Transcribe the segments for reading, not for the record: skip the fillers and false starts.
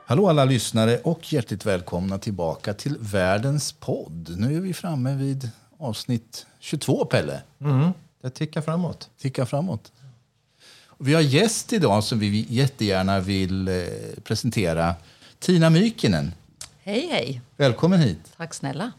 Hallå alla lyssnare och hjärtligt välkomna tillbaka till Världens podd. Nu är vi framme vid avsnitt 22, Pelle. Det tickar framåt. Och vi har gäst idag som vi jättegärna vill presentera. Tina Mykinen. Hej, hej. Välkommen hit. Tack snälla.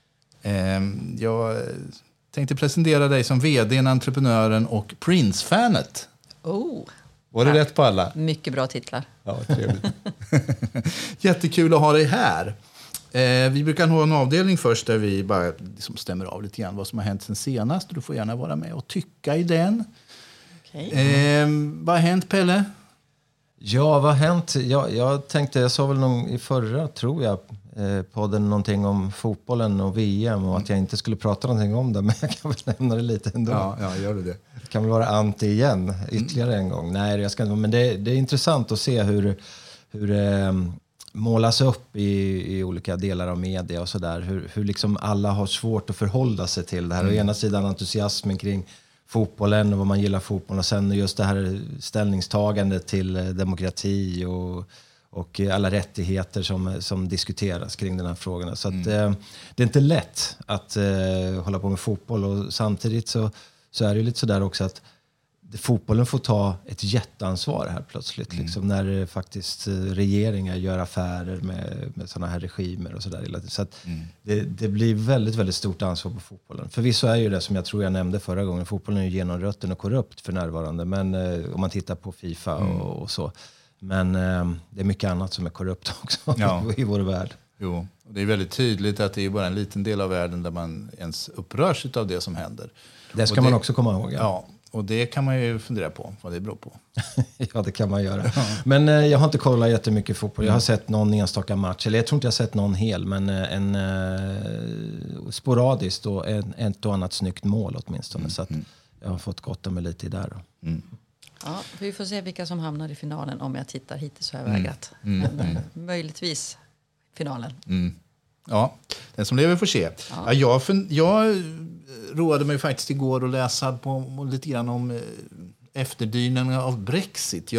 Jag tänkte presentera dig som vd, entreprenören och Prince-fanet. Var det rätt på alla? Mycket bra titlar. Ja, trevligt. Jättekul att ha dig här. Vi brukar ha en avdelning först där vi bara liksom stämmer av lite grann vad som har hänt sen senast. Du får gärna vara med och tycka i den. Okay. Vad har hänt, Pelle? Ja, vad har hänt? Jag tänkte, jag sa väl någon i förra, tror jag, podden någonting om fotbollen och VM och att jag inte skulle prata någonting om det, men jag kan väl nämna det lite ändå. Ja, gör det. Det kan väl vara anti igen, ytterligare en gång. Nej, jag ska inte, men det är intressant att se hur det målas upp i olika delar av media och sådär. Hur liksom alla har svårt att förhålla sig till det här. Å ena sidan entusiasmen kring fotbollen och vad man gillar fotbollen och sen just det här ställningstagandet till demokrati och alla rättigheter som diskuteras kring den här frågan. Så att, det är inte lätt att hålla på med fotboll och samtidigt så är det lite sådär också att fotbollen får ta ett jätteansvar här plötsligt. Liksom, när faktiskt regeringar gör affärer med sådana här regimer och sådär. Så att det blir väldigt, väldigt stort ansvar på fotbollen. Förvisso är ju det som jag tror jag nämnde förra gången. Fotbollen är ju genomrötten och korrupt för närvarande. Men om man tittar på FIFA och så. Men det är mycket annat som är korrupt också i vår värld. Jo, och det är väldigt tydligt att det är bara en liten del av världen där man ens upprörs av det som händer. Det ska man också komma ihåg. Ja, och det kan man ju fundera på vad det beror på. Ja, det kan man göra. Men jag har inte kollat jättemycket fotboll. Jag har sett någon enstaka match. Eller jag tror inte jag har sett någon hel. Men en sporadiskt och ett och annat snyggt mål åtminstone. Så att jag har fått gotta mig lite i där. Ja, vi får se vilka som hamnar i finalen. Om jag tittar hittills så har jag vägrat. Möjligtvis finalen. Ja, den som lever får se. Ja. Jag roade mig faktiskt igår att läsa på lite grann om efterdyningarna av Brexit.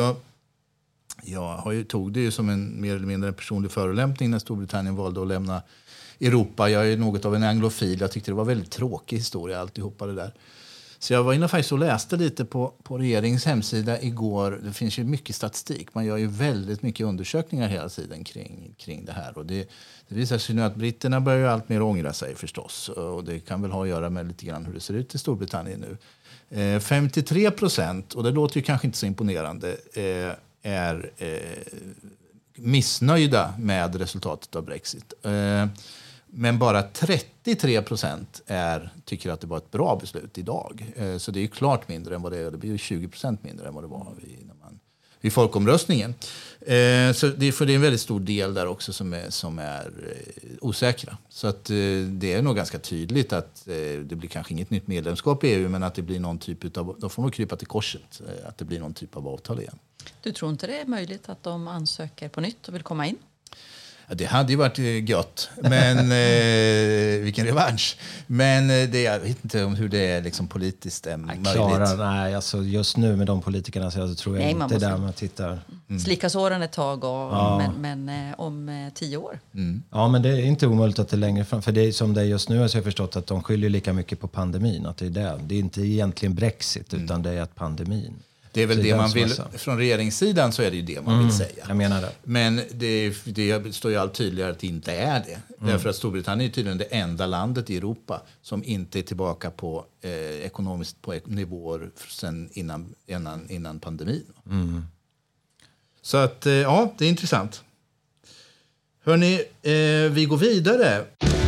Jag tog det ju som en mer eller mindre personlig förolämpning när Storbritannien valde att lämna Europa. Jag är något av en anglofil. Jag tyckte det var väldigt tråkig historia alltihopa det där. Så jag var inne faktiskt och läste lite på regeringens hemsida igår. Det finns ju mycket statistik. Man gör ju väldigt mycket undersökningar hela tiden kring det här. Och det visar sig nu att britterna börjar ju allt mer ångra sig förstås. Och det kan väl ha att göra med lite grann hur det ser ut i Storbritannien nu. 53%, och det låter ju kanske inte så imponerande, är missnöjda med resultatet av Brexit. Men bara 33% tycker att det var ett bra beslut idag. Så det är ju klart mindre än vad det är. Det blir ju 20% mindre än vad det var vid folkomröstningen. Så det är en väldigt stor del där också som är osäkra. Så att det är nog ganska tydligt att det blir kanske inget nytt medlemskap i EU, men att det blir någon typ av, då får man krypa till korset, att det blir någon typ av avtal igen. Du tror inte det är möjligt att de ansöker på nytt och vill komma in? Ja, det hade ju varit gött, men vilken revansch. Men jag vet inte om hur det är liksom politiskt möjligt. Nej, alltså just nu med de politikerna så tror jag inte där man tittar. Slicka såren ett tag, men om 10 år. Ja, men det är inte omöjligt att det är längre fram. För det är som det är just nu, så har jag förstått att de skyller lika mycket på pandemin. Att det är det. Det är inte egentligen Brexit, utan det är att pandemin. Det är väl det man vill, från regeringssidan så är det ju det man vill säga. Jag menar det. Men det står ju allt tydligare att det inte är det. Därför att Storbritannien är tydligen det enda landet i Europa som inte är tillbaka på ekonomiskt på nivåer sen innan pandemin. Så att ja, det är intressant. Hörrni, vi går vidare.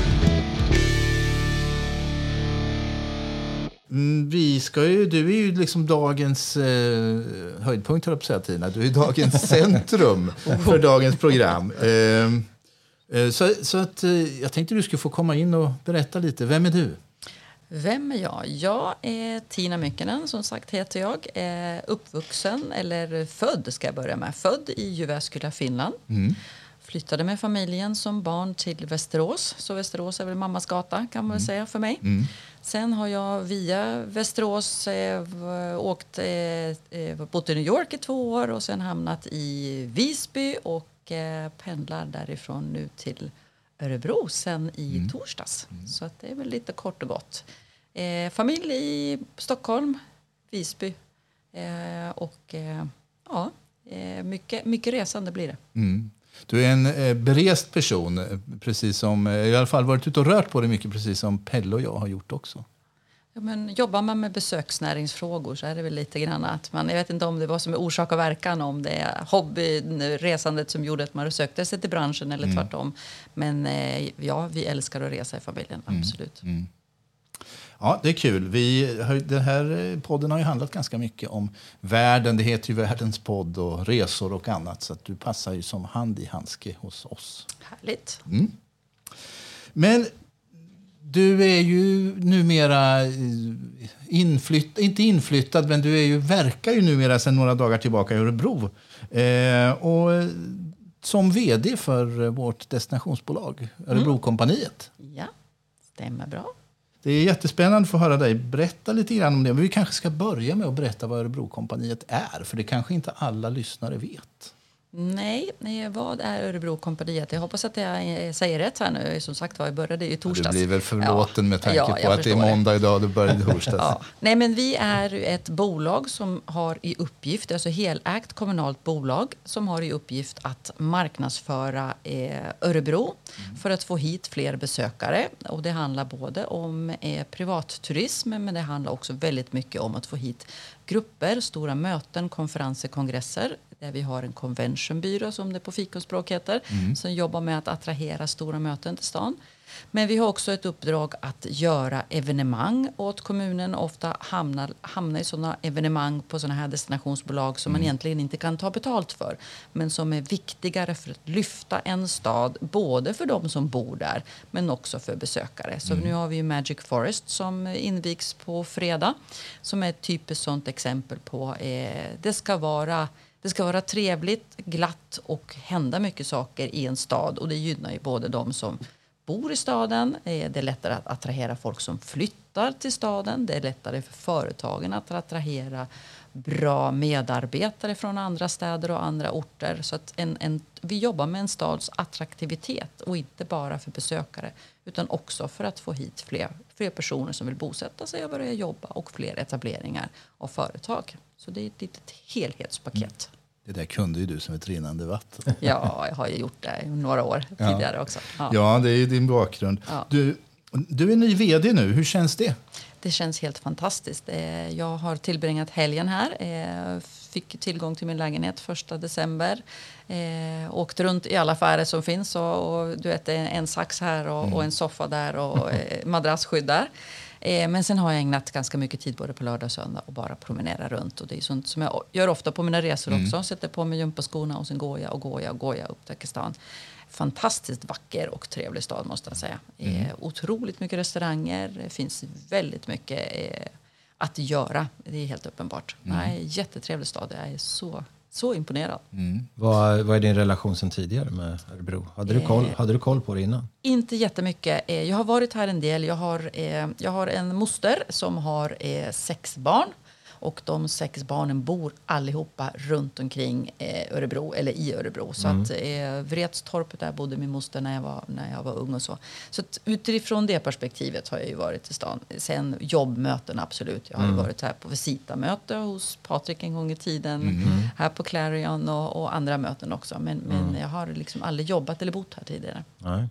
Du är ju liksom dagens höjdpunkt, höll jag på att säga, Tina. Du är dagens centrum för dagens program. Så att jag tänkte du skulle få komma in och berätta lite. Vem är du? Vem är jag? Jag är Tina Mykinen, som sagt heter jag. Uppvuxen, eller född ska jag börja med. Född i Jyväskylä, Finland. Flyttade med familjen som barn till Västerås. Så Västerås är väl mammas gata, kan man väl säga för mig. Sen har jag via Västerås bott i New York i 2 år. Och sen hamnat i Visby och och pendlar därifrån nu till Örebro sen i torsdags. Så att det är väl lite kort och gott. Familj i Stockholm, Visby och mycket resande blir det. Mm. Du är en berest person, precis som, i alla fall varit ute och rört på det mycket, precis som Pelle och jag har gjort också. Ja, men jobbar man med besöksnäringsfrågor så är det väl lite grann att jag vet inte om det var som är orsak och verkan, om det är hobbyresandet som gjorde att man sökte sig till branschen eller tvärtom. Men vi älskar att resa i familjen, absolut. Ja, det är kul. Den här podden har ju handlat ganska mycket om världen. Det heter ju Världens podd och resor och annat. Så att du passar ju som hand i handske hos oss. Härligt. Men du är ju numera inte inflyttad, men du verkar ju numera sedan några dagar tillbaka i Örebro. Och som vd för vårt destinationsbolag, Örebrokompaniet. Ja, stämmer bra. Det är jättespännande att få höra dig berätta lite grann om det. Men vi kanske ska börja med att berätta vad Örebrokompaniet är. För det kanske inte alla lyssnare vet. Nej, vad är Örebrokompaniet? Jag hoppas att jag säger rätt här nu. Som sagt var, jag började i torsdags. Du blir väl förlåten med tanke på att det är måndag idag och du började i torsdags. Nej, men vi är ett bolag som har i uppgift, alltså helägt kommunalt bolag, som har i uppgift att marknadsföra Örebro för att få hit fler besökare. Och det handlar både om privatturism, men det handlar också väldigt mycket om att få hit grupper, stora möten, konferenser, kongresser. Där vi har en conventionbyrå, som det på fikonspråk heter, som jobbar med att attrahera stora möten till stan. Men vi har också ett uppdrag att göra evenemang åt kommunen. Ofta hamnar i sådana evenemang på sådana här destinationsbolag som man egentligen inte kan ta betalt för. Men som är viktigare för att lyfta en stad, både för de som bor där men också för besökare. Så nu har vi ju Magic Forest som invigs på fredag. Som är ett typiskt sådant exempel på det ska vara trevligt, glatt och hända mycket saker i en stad. Och det gynnar ju både de som bor i staden. Det är lättare att attrahera folk som flyttar till staden. Det är lättare för företagen att attrahera bra medarbetare från andra städer och andra orter. Så att vi jobbar med en stads attraktivitet, och inte bara för besökare utan också för att få hit fler personer som vill bosätta sig och börja jobba, och fler etableringar av företag. Så det är ett litet helhetspaket. Det där kunde ju du som ett rinnande vatten. Ja, jag har ju gjort det i några år tidigare också. Ja, det är ju din bakgrund. Ja. Du är ny vd nu. Hur känns det? Det känns helt fantastiskt. Jag har tillbringat helgen här. Fick tillgång till min lägenhet 1 december. Åkt runt i alla affärer som finns. Och du vet, en sax här och en soffa där och madrassskydd där. Men sen har jag ägnat ganska mycket tid både på lördag och söndag och bara promenera runt. Och det är sånt som jag gör ofta på mina resor också. Sätter på mig gympaskorna och sen går jag upptäcker stan. Fantastiskt vacker och trevlig stad, måste jag säga. Otroligt mycket restauranger. Det finns väldigt mycket att göra. Det är helt uppenbart. Nej, jättetrevlig stad. Jag är så imponerad. Vad är din relation sedan tidigare med Örebro? Hade du koll på det innan? Inte jättemycket. Jag har varit här en del. Jag har en moster som har 6 barn. Och de 6 barnen bor allihopa runt omkring Örebro, eller i Örebro. Så att Vretstorpet, där bodde min moster när jag var ung och så. Så att utifrån det perspektivet har jag ju varit i stan. Sen jobbmöten, absolut. Jag har ju varit här på visitamöte hos Patrik en gång i tiden. Här på Clarion och andra möten också. Men jag har liksom aldrig jobbat eller bott här tidigare. Nej.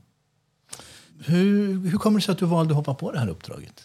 Hur kommer det sig att du valde att hoppa på det här uppdraget?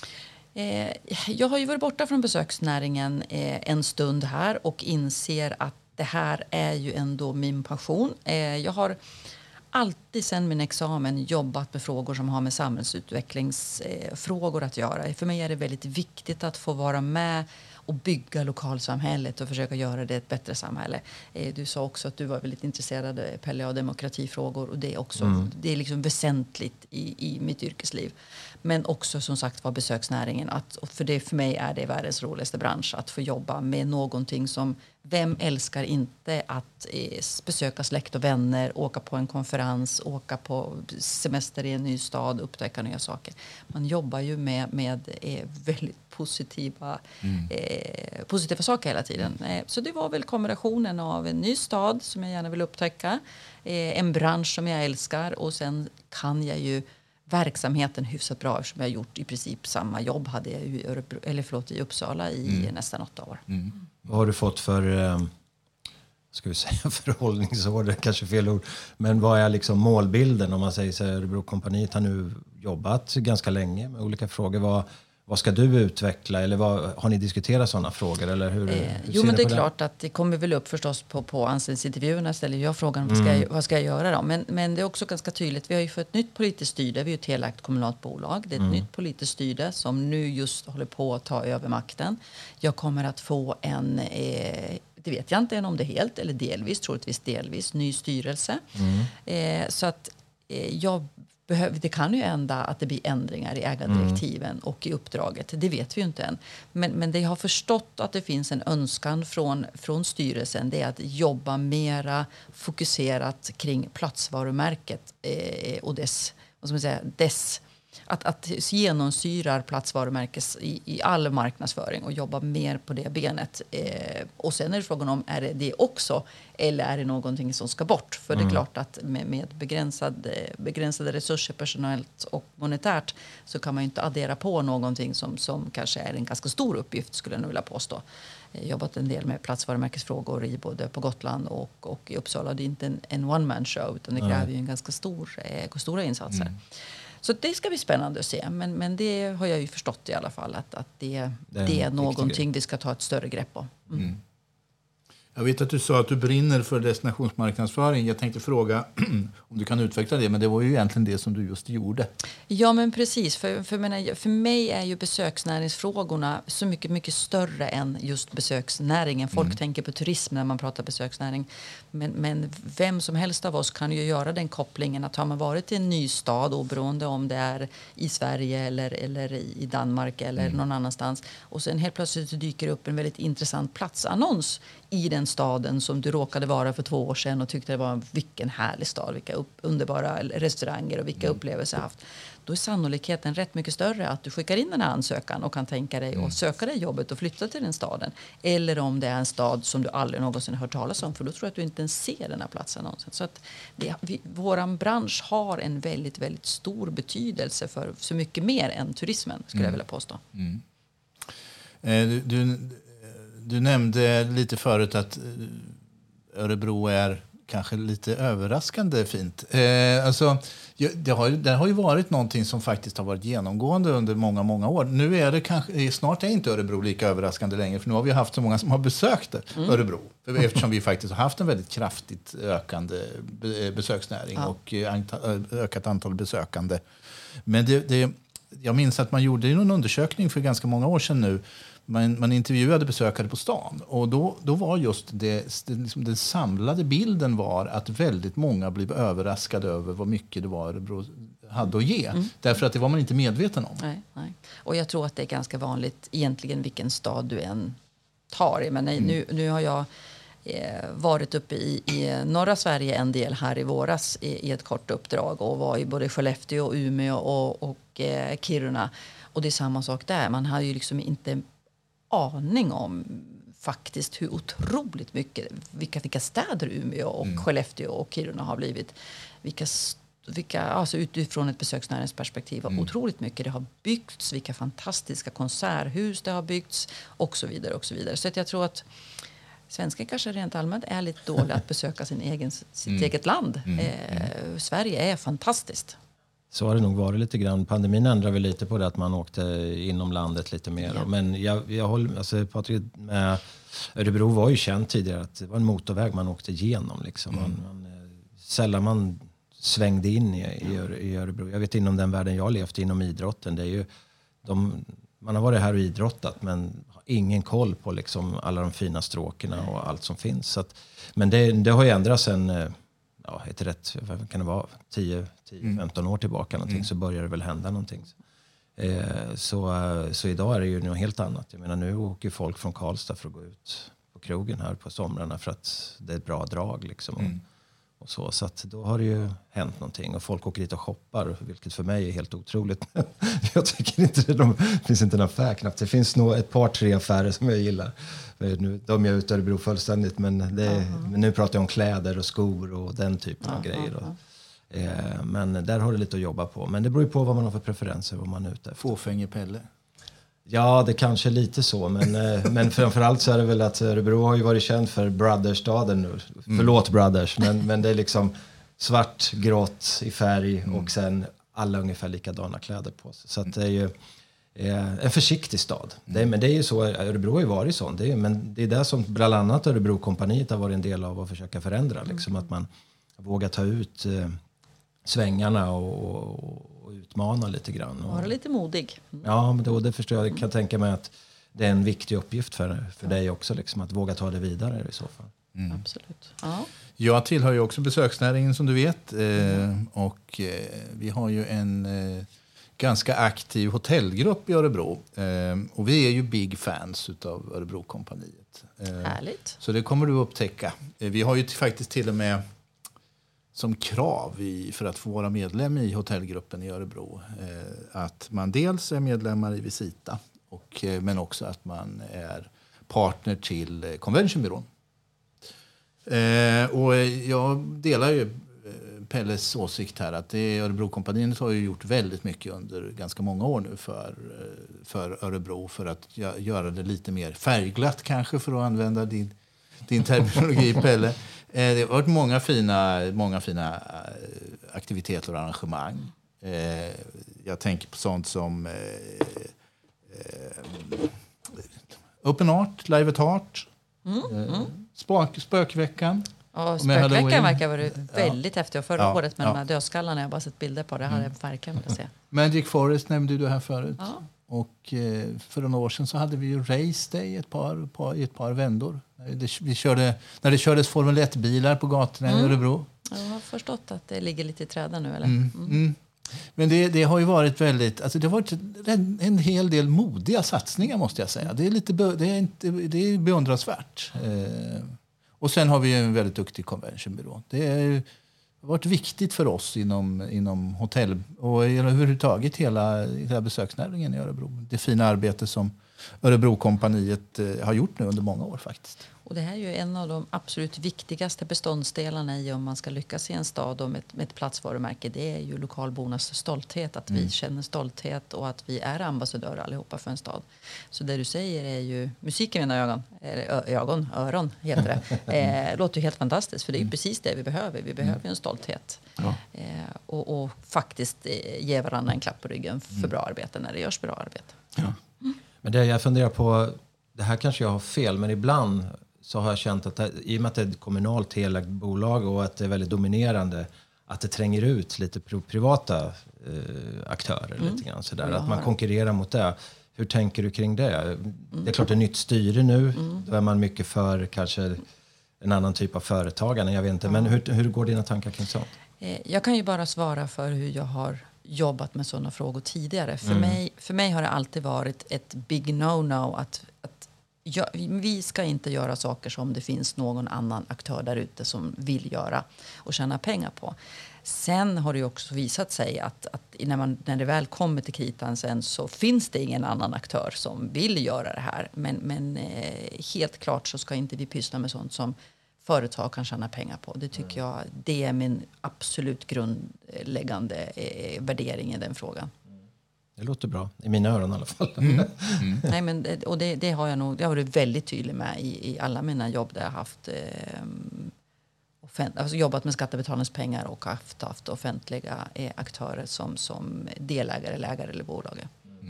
Jag har ju varit borta från besöksnäringen en stund här och inser att det här är ju ändå min passion. Jag har alltid sedan min examen jobbat med frågor som har med samhällsutvecklingsfrågor att göra. För mig är det väldigt viktigt att få vara med och bygga lokalsamhället och försöka göra det ett bättre samhälle. Du sa också att du var väldigt intresserad, Pelle, av demokratifrågor, och det är också det är liksom väsentligt i mitt yrkesliv. Men också som sagt var besöksnäringen, för mig är det världens roligaste bransch att få jobba med någonting som vem älskar inte att besöka släkt och vänner, åka på en konferens, åka på semester i en ny stad, upptäcka nya saker. Man jobbar ju med väldigt positiva saker hela tiden. Så det var väl kombinationen av en ny stad som jag gärna vill upptäcka, en bransch som jag älskar, och sen kan jag ju verksamheten hyfsat bra eftersom jag har gjort i princip samma jobb hade jag i Uppsala i nästan 8 år. Vad har du fått för ska vi säga förhållningsorder, kanske fel ord, men vad är liksom målbilden om man säger så här? Örebrokompaniet har nu jobbat ganska länge med olika frågor. Vad ska du utveckla, eller har ni diskuterat sådana frågor, eller hur jo, men det är klart att det kommer väl upp förstås på anställningsintervjuerna, ställer jag frågan vad ska jag göra då, men det är också ganska tydligt, vi har ju fått ett nytt politiskt styrde, vi är ett helakt kommunalt bolag, det är ett nytt politiskt styrde som nu just håller på att ta över makten. Jag kommer att få det vet jag inte än om det helt eller delvis, troligtvis delvis, ny styrelse. Så att det kan ju hända att det blir ändringar i ägardirektiven och i uppdraget. Det vet vi ju inte än. Men det jag har förstått att det finns en önskan från styrelsen, det är att jobba mera fokuserat kring platsvarumärket och dess att genomsyrar platsvarumärkes i all marknadsföring och jobba mer på det benet. Och sen är det frågan om, är det också eller är det någonting som ska bort? För det är klart att med begränsade resurser personellt och monetärt så kan man ju inte addera på någonting som kanske är en ganska stor uppgift, skulle jag nog vilja påstå. Jag har jobbat en del med platsvarumärkesfrågor i både på Gotland och i Uppsala. Det är inte en one-man show, utan det kräver ju en ganska stora insatser. Så det ska bli spännande att se. Men det har jag ju förstått i alla fall. Att det är någonting vi ska ta ett större grepp på. Jag vet att du sa att du brinner för destinationsmarknadsföring. Jag tänkte fråga om du kan utveckla det. Men det var ju egentligen det som du just gjorde. Ja, men precis. För mig är ju besöksnäringsfrågorna så mycket större än just besöksnäringen. Folk tänker på turism när man pratar besöksnäring. Men vem som helst av oss kan ju göra den kopplingen. Att har man varit i en ny stad, oberoende om det är i Sverige eller i Danmark eller någon annanstans. Och sen helt plötsligt dyker upp en väldigt intressant platsannons i den staden som du råkade vara för 2 år sedan och tyckte det var vilken härlig stad, vilka underbara restauranger och vilka upplevelser jag haft. Då är sannolikheten rätt mycket större att du skickar in den här ansökan och kan tänka dig att söka dig jobbet och flytta till den staden. Eller om det är en stad som du aldrig någonsin har hört talas om, för då tror jag att du inte ens ser den här platsannonsen. Så att våran bransch har en väldigt, väldigt stor betydelse för så mycket mer än turismen, skulle jag vilja påstå. Du nämnde lite förut att Örebro är kanske lite överraskande fint. Det har ju varit någonting som faktiskt har varit genomgående under många, många år. Nu är det snart är inte Örebro lika överraskande längre, för nu har vi haft så många som har besökt Örebro. Eftersom vi faktiskt har haft en väldigt kraftigt ökande besöksnäring och ökat antal besökande. Men jag minns att man gjorde en undersökning för ganska många år sedan nu. Man intervjuade besökare på stan, och då var just den samlade bilden var att väldigt många blev överraskade över vad mycket det var Örebro hade att ge. Därför att det var man inte medveten om. Nej. Och jag tror att det är ganska vanligt egentligen vilken stad du än tar. Men nu har jag varit uppe i norra Sverige en del här i våras i ett kort uppdrag och var i både Skellefteå, Umeå och Kiruna. Och det är samma sak där. Man har ju liksom inte aning om faktiskt hur otroligt mycket, vilka städer Umeå och Skellefteå och Kiruna har blivit. Alltså utifrån ett besöksnäringsperspektiv, otroligt mycket det har byggts, vilka fantastiska konserthus det har byggts och så vidare och så vidare. Så att jag tror att svenskar kanske rent allmänt är lite dåliga att besöka sitt eget land. Sverige är fantastiskt. Så har det nog varit lite grann. Pandemin ändrade väl lite på det, att man åkte inom landet lite mer. Ja. Men jag håller, alltså Patrik, med Örebro var ju känt tidigare att det var en motorväg man åkte igenom. Liksom. Sällan man svängde in i Örebro. Jag vet inom den världen jag levt inom idrotten. Det är ju man har varit här och idrottat, men har ingen koll på liksom alla de fina stråkerna och allt som finns. Så att, men det har ju ändrats sen... vad kan det vara, 10-15 år tillbaka någonting, så börjar det väl hända någonting. Så idag är det ju något helt annat. Jag menar, nu åker folk från Karlstad för att gå ut på krogen här på somrarna för att det är ett bra drag liksom. Och så att då har det ju hänt någonting och folk åker dit och shoppar, vilket för mig är helt otroligt. Jag tycker inte det finns inte en affär knappt. Det finns nog ett par, 3 affärer som jag gillar. Nu, de är ute i Örebro fullständigt, men nu pratar jag om kläder och skor och den typen av grejer. Men där har det lite att jobba på. Men det beror ju på vad man har för preferenser, vad man är ute efter. Fåfängepelle. Ja, det kanske är lite så. Men framförallt så är det väl att Örebro har ju varit känd för Brothers-staden nu. Förlåt Brothers, men det är liksom svart, grått i färg och sen alla ungefär likadana kläder på sig. Så att det är ju en försiktig stad. Men det är ju så, Örebro har ju varit sån. Men det är det som bland annat Örebro-kompaniet har varit en del av att försöka förändra. Liksom att man vågar ta ut svängarna och utmana lite grann. Vara lite modig. Ja, men det förstår jag. Jag kan tänka mig att det är en viktig uppgift för dig också, liksom, att våga ta det vidare i så fall. Absolut. Ja. Jag tillhör ju också besöksnäringen som du vet. Och vi har ju en ganska aktiv hotellgrupp i Örebro. Och vi är ju big fans av Örebro-kompaniet. Härligt. Så det kommer du upptäcka. Vi har ju faktiskt till och med som krav för att få vara medlem i hotellgruppen i Örebro att man dels är medlemmar i Visita men också att man är partner till Conventionbyrån. Och jag delar ju Pelles åsikt här att Örebro-kompaniet har ju gjort väldigt mycket under ganska många år nu för Örebro för att göra det lite mer färgglatt kanske, för att använda din terminologi, Pelle. Det har varit många fina aktiviteter och arrangemang. Jag tänker på sånt som Open Art, Live at Heart, Spökveckan. Ja, Spökveckan verkar vara väldigt häftig. Förra året med de här dödskallarna, jag har bara sett bilder på det. Hade jag verkligen velat se. Magic Forest nämnde du här förut. Ja. Och för några år sedan så hade vi ju Race Day i ett par vändor. När det kördes Formel 1-bilar på gatorna i Örebro. Jag har förstått att det ligger lite i träden nu. Eller? Men det har ju varit väldigt... Alltså det har varit en hel del modiga satsningar, måste jag säga. Det är beundransvärt. Och sen har vi en väldigt duktig conventionbyrå. Det har varit viktigt för oss inom hotell och överhuvudtaget hela besöksnäringen i Örebro. Det fina arbete som Örebro-kompaniet har gjort nu under många år faktiskt. Och det här är ju en av de absolut viktigaste beståndsdelarna i om man ska lyckas i en stad och med ett platsvarumärke. Det är ju lokalbornas stolthet, att vi känner stolthet och att vi är ambassadörer allihopa för en stad. Så det du säger är ju musik i mina öron heter det. Låter ju helt fantastiskt, för det är ju precis det vi behöver. Vi behöver en stolthet. Ja. Och faktiskt ge varandra en klapp på ryggen för bra arbete när det görs bra arbete. Ja. Men det jag funderar på, det här kanske jag har fel, men ibland så har jag känt att i och med att det är ett kommunalt helägt bolag och att det är väldigt dominerande, att det tränger ut lite privata aktörer lite grann sådär. Att man konkurrerar mot det. Hur tänker du kring det? Det är klart det är nytt styre nu. Då är man mycket för kanske en annan typ av företagande, jag vet inte. Men hur går dina tankar kring sånt? Jag kan ju bara svara för hur jag har jobbat med sådana frågor tidigare. För mig har det alltid varit ett big no-no att vi ska inte göra saker som det finns någon annan aktör där ute som vill göra och tjäna pengar på. Sen har det ju också visat sig att när det väl kommer till kritan sen så finns det ingen annan aktör som vill göra det här. Men helt klart så ska inte vi pyssla med sånt som företag kan tjäna pengar på. Det tycker jag, det är min absolut grundläggande värdering i den frågan. Det låter bra, i mina öron i alla fall. Nej, men, och det har jag nog, det har varit väldigt tydlig med i alla mina jobb där jag haft alltså jobbat med skattebetalarnas pengar och haft offentliga aktörer som delägare, ägare eller bolag.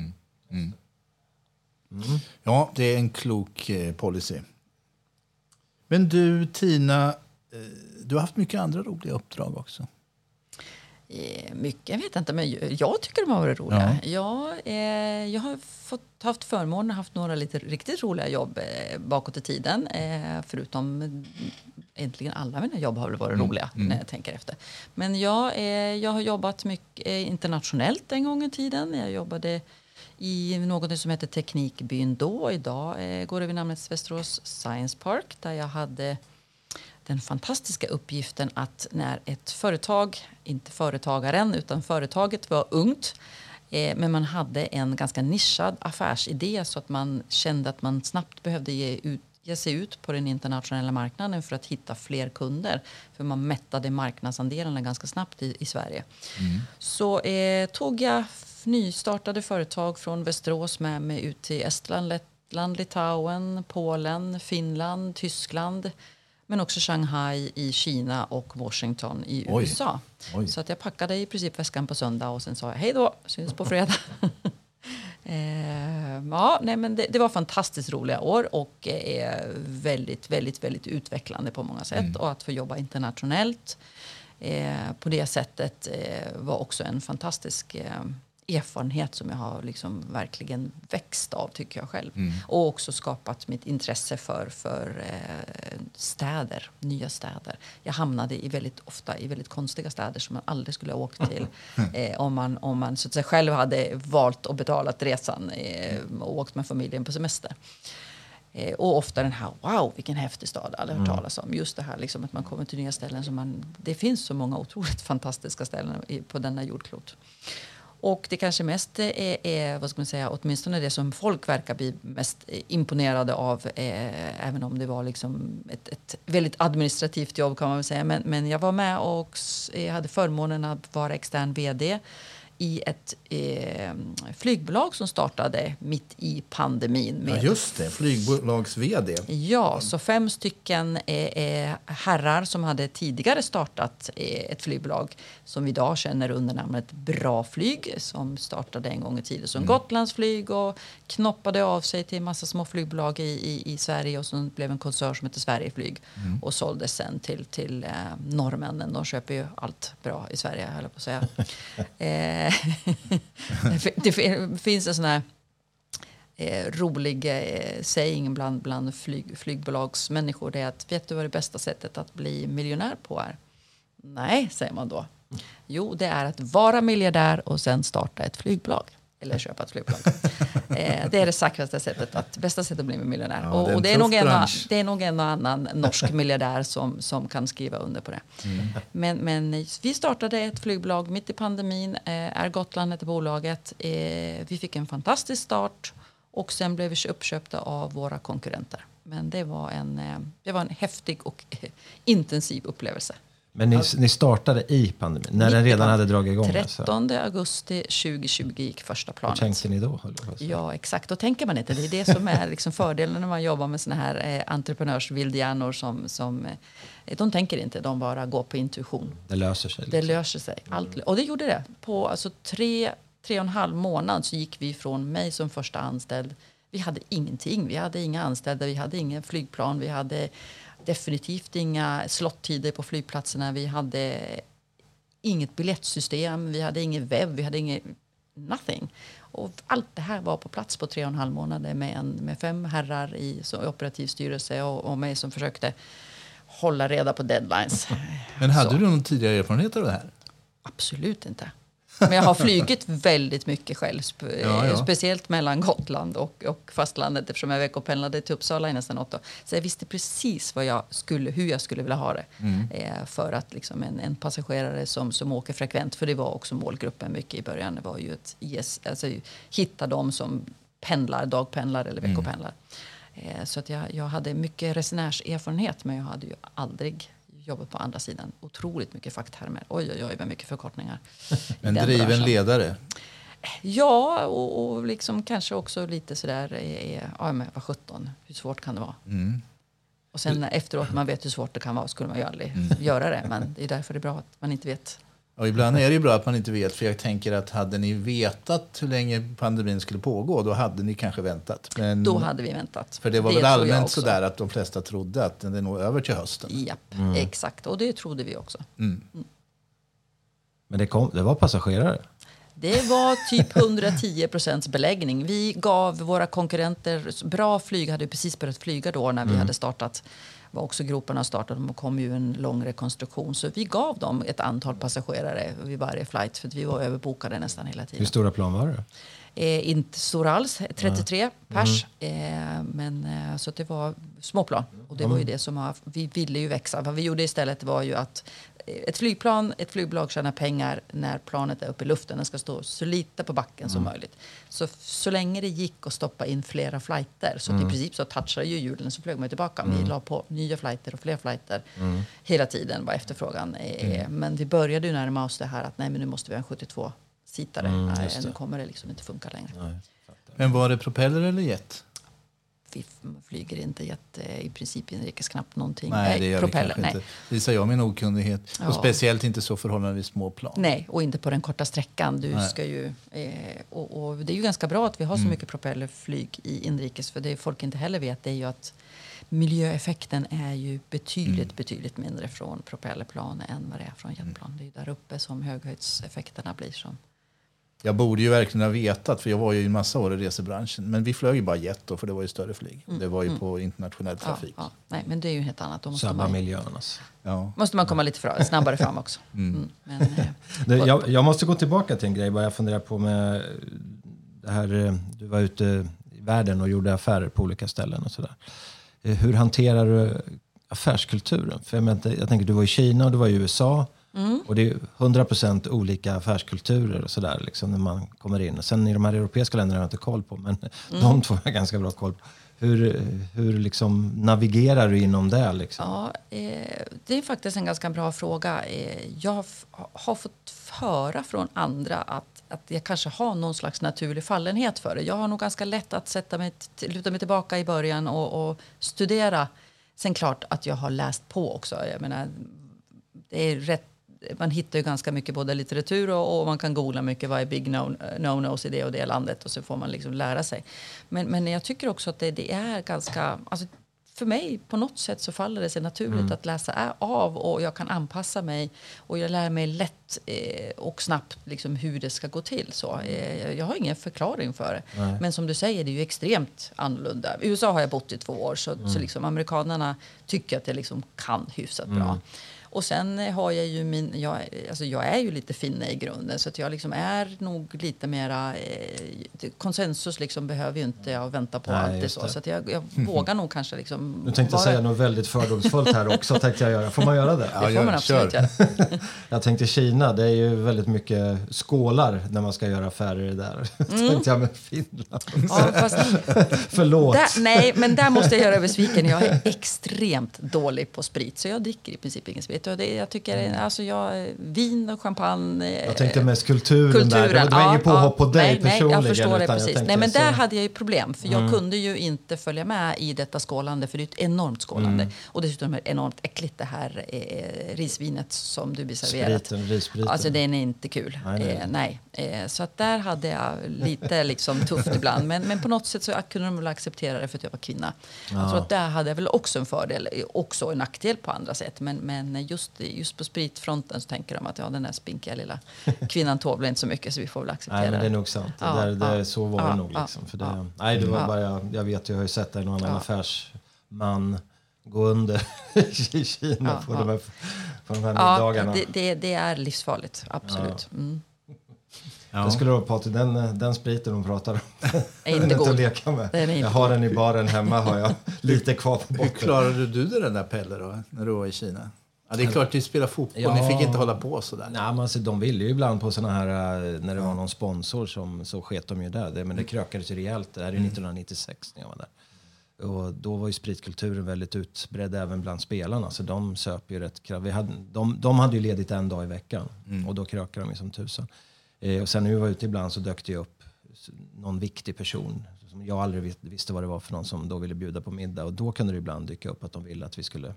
Ja, det är en klok policy. Men du, Tina, du har haft mycket andra roliga uppdrag också. Mycket, jag vet inte, men jag tycker de har varit roliga. Ja. Jag har haft förmånen att haft några lite riktigt roliga jobb bakåt i tiden. Förutom egentligen alla mina jobb har väl varit roliga när jag tänker efter. Men jag har jobbat mycket internationellt en gång i tiden. Jag jobbade i något som heter Teknikbyn då. Idag går det vid namnet Västerås Science Park, där jag hade den fantastiska uppgiften att när ett företag, inte företagaren utan företaget var ungt, men man hade en ganska nischad affärsidé så att man kände att man snabbt behövde ge sig ut på den internationella marknaden för att hitta fler kunder. För man mättade marknadsandelarna ganska snabbt i Sverige. Så tog jag nystartade företag från Västerås med mig ut till Estland, Lettland, Litauen, Polen, Finland, Tyskland. Men också Shanghai i Kina och Washington i USA. Oj. Så att jag packade i princip väskan på söndag och sen sa jag hej då, syns på fredag. Men det var fantastiskt roliga år och väldigt, väldigt, väldigt utvecklande på många sätt. Och att få jobba internationellt på det sättet var också en fantastisk erfarenhet som jag har liksom verkligen växt av, tycker jag själv. Och också skapat mitt intresse för städer, nya städer. Jag hamnade ofta i väldigt konstiga städer som man aldrig skulle ha åkt till om man så att säga själv hade valt och betalat resan och åkt med familjen på semester. Och ofta den här, wow, vilken häftig stad, aldrig hört talas om. Just det här liksom, att man kommer till nya ställen det finns så många otroligt fantastiska ställen på denna jordklot. Och det kanske mest är vad ska man säga, åtminstone det som folk verkar bli mest imponerade av, även om det var liksom ett väldigt administrativt jobb kan man väl säga. Men jag var med och hade förmånen att vara extern vd i ett flygbolag som startade mitt i pandemin. Ja, just det. Flygbolags-vd. Ja, så 5 stycken herrar som hade tidigare startat ett flygbolag som vi idag känner under namnet Bra Flyg, som startade en gång i tiden som Gotlandsflyg och knoppade av sig till en massa små flygbolag i Sverige och så blev en koncern som heter Sverigeflyg och såldes sen till norrmännen. De köper ju allt bra i Sverige, höll jag på att säga. Det finns en sån här rolig saying bland flygbolagsmänniskor. Det är att, vet du vad det bästa sättet att bli miljonär på är? Nej, säger man då. Jo, det är att vara miljardär och sen starta ett flygbolag. Eller köpa ett flygbolag. Det är det säkraste sättet, bästa sättet att bli miljonär. Ja, och det är nog en och annan norsk miljardär som kan skriva under på det. Men vi startade ett flygbolag mitt i pandemin. Är Gotland ett bolaget. Vi fick en fantastisk start och sen blev vi uppköpta av våra konkurrenter. Men det var en häftig och intensiv upplevelse. Men ni startade i pandemin, när den redan hade dragit igång? 13 augusti 2020 gick första planet. Vad tänkte ni då? Ja, exakt. Då tänker man inte. Det är det som är liksom fördelen när man jobbar med såna här entreprenörsvildhjärnor som de tänker inte, de bara går på intuition. Det löser sig. Det löser sig. Och det gjorde det. På 3,5 månader så gick vi från mig som första anställd. Vi hade ingenting. Vi hade inga anställda, vi hade ingen flygplan, vi hade definitivt inga slottider på flygplatserna. Vi hade inget biljettsystem, vi hade ingen webb, vi hade inget nothing. Och allt det här var på plats på 3,5 månader med 5 herrar i operativ styrelse och mig som försökte hålla reda på deadlines. Men hade du någon tidigare erfarenhet av det här? Absolut inte. Men jag har flygit väldigt mycket själv. Speciellt mellan Gotland och fastlandet eftersom jag veckopendlade till Uppsala i nästan 8 år. Så jag visste precis hur jag skulle vilja ha det. För att liksom en passagerare som åker frekvent, för det var också målgruppen mycket i början. Det var ju hitta dem som pendlar, dagpendlar eller veckopendlar. Så att jag hade mycket resenärserfarenhet, men jag hade ju aldrig jobbat på andra sidan. Otroligt mycket facktermer. Oj, vad mycket förkortningar. Men driven ledare? Ja, och liksom kanske också lite sådär, men vad 17, hur svårt kan det vara? Och sen efteråt man vet hur svårt det kan vara skulle man ju aldrig göra det. Men det är därför det är bra att man inte vet. Och ibland är det ju bra att man inte vet, för jag tänker att hade ni vetat hur länge pandemin skulle pågå, då hade ni kanske väntat. Men, då hade vi väntat. För det var väl allmänt sådär att de flesta trodde att den är nog över till hösten. Japp, exakt. Och det trodde vi också. Men det var passagerare? Det var typ 110% beläggning. Vi gav våra konkurrenter, Bra Flyg hade precis börjat flyga då när vi hade startat. var också groparna startade. De kom ju en lång rekonstruktion. Så vi gav dem ett antal passagerare vid varje flight. För att vi var överbokade nästan hela tiden. Hur stora plan var det? Inte stora alls, 33 pers. Men så att det var småplan. Och det var ju det som vi ville ju växa. Vad vi gjorde istället var ju att ett flygbolag tjänar pengar när planet är uppe i luften. Den ska stå så lite på backen som möjligt. Så länge det gick att stoppa in flera flighter. Så i princip så touchade ju hjulen så flög man tillbaka. Vi la på nya flighter och fler flighter. Hela tiden var efterfrågan. Men vi började ju närma oss det här att nej, men nu måste vi ha en 72-sitare. Nu kommer det liksom inte funka längre. Nej. Men var det propeller eller jet? Vi flyger inte i princip inrikes knappt någonting. Nej, det gör propeller, vi kanske inte. Visar jag min okunnighet. Ja. Och speciellt inte så förhållandevis små plan. Nej, och inte på den korta sträckan. Du ska ju, och det är ju ganska bra att vi har så mycket propellerflyg i inrikes. För det folk inte heller vet är ju att miljöeffekten är ju betydligt mindre från propellerplan än vad det är från jetplan. Det är ju där uppe som höghöjdseffekterna blir som. Jag borde ju verkligen ha vetat, för jag var ju en massa år i resebranschen. Men vi flög ju bara jet då, för det var ju större flyg. Det var ju på internationell trafik. Ja. Nej, men det är ju helt annat. Då Samma miljön alltså. Ja. Måste man komma lite snabbare fram också. Men, jag måste gå tillbaka till en grej. Bara jag funderar på med det här. Du var ute i världen och gjorde affärer på olika ställen och sådär. Hur hanterar du affärskulturen? För jag tänker, du var i Kina och du var i USA. Och det är 100% olika affärskulturer och sådär liksom, när man kommer in. Sen i de här europeiska länderna har jag inte koll på, men de två har jag ganska bra koll på. Hur liksom navigerar du inom det? Liksom? Ja, det är faktiskt en ganska bra fråga. Jag har fått höra från andra att jag kanske har någon slags naturlig fallenhet för det. Jag har nog ganska lätt att luta mig tillbaka i början och studera. Sen klart att jag har läst på också. Jag menar, det är rätt. Man hittar ju ganska mycket både litteratur och man kan googla mycket vad är big no-nos i det och det landet och så får man liksom lära sig. Men jag tycker också att det är ganska, alltså för mig på något sätt så faller det sig naturligt att läsa av och jag kan anpassa mig och jag lär mig lätt och snabbt liksom hur det ska gå till. Så, jag har ingen förklaring för det. Nej. Men som du säger, det är ju extremt annorlunda. I USA har jag bott i 2 år så liksom amerikanerna tycker att jag liksom kan hyfsat bra. Och sen har jag ju jag är ju lite finne i grunden så att jag liksom är nog lite mera konsensus liksom behöver ju inte jag vänta på alltid så att jag vågar nog kanske liksom. Du tänkte säga något väldigt fördomsfullt här också tänkte jag göra. Får man göra det? Det får man absolut göra. Jag tänkte Kina, det är ju väldigt mycket skålar när man ska göra affärer där. Tänkte jag med Finland. Ja, fast, förlåt. Nej, men där måste jag göra besviken. Jag är extremt dålig på sprit så jag dricker i princip ingen sprit. Jag tycker vin och champagne. Jag tänkte mest kulturen där. Det var ingen påhopp på dig personligen. Jag förstår det precis. Nej, men där hade jag ju problem. För jag kunde ju inte följa med i detta skålande. För det är ett enormt skålande. Och dessutom är det enormt äckligt det här risvinet som du blir serverat. Risspriten. Alltså den är inte kul. Nej. Så att där hade jag lite liksom tufft ibland. Men på något sätt så kunde de väl acceptera det för att jag var kvinna. Jag tror att där hade jag väl också en fördel. Också en nackdel på andra sätt. Men just på spritfronten så tänker de att den här spinkiga lilla kvinnan tåblar inte så mycket så vi får väl acceptera det. Nej, men det är nog sant. Så var det nog liksom. För det, nej, det var bara, jag vet, jag har ju sett det någon annan affärsman gå under i Kina på de här middagarna. Det är livsfarligt, absolut. Ja. Det skulle vara Patrik, den spriten hon pratar om. Är inte god. Att leka med. Jag har den i baren hemma, har jag lite kvar på botten. Hur klarade du det där Pelle då, när du var i Kina? Ja, det är klart att du spelar fotboll, ni fick inte hålla på sådär. Nej, men alltså, de ville ju ibland på såna här, när det var någon sponsor så sket de ju där. Men det krökades ju rejält, det här är 1996 när jag var där. Och då var ju spritkulturen väldigt utbredd även bland spelarna. Så de söp ju rätt kraftigt. De hade ju ledigt en dag i veckan. Och då krökade de ju som tusan. Och sen när vi var ute ibland så dök det upp någon viktig person. Som jag aldrig visste vad det var för någon som då ville bjuda på middag. Och då kunde det ibland dyka upp att de ville att vi skulle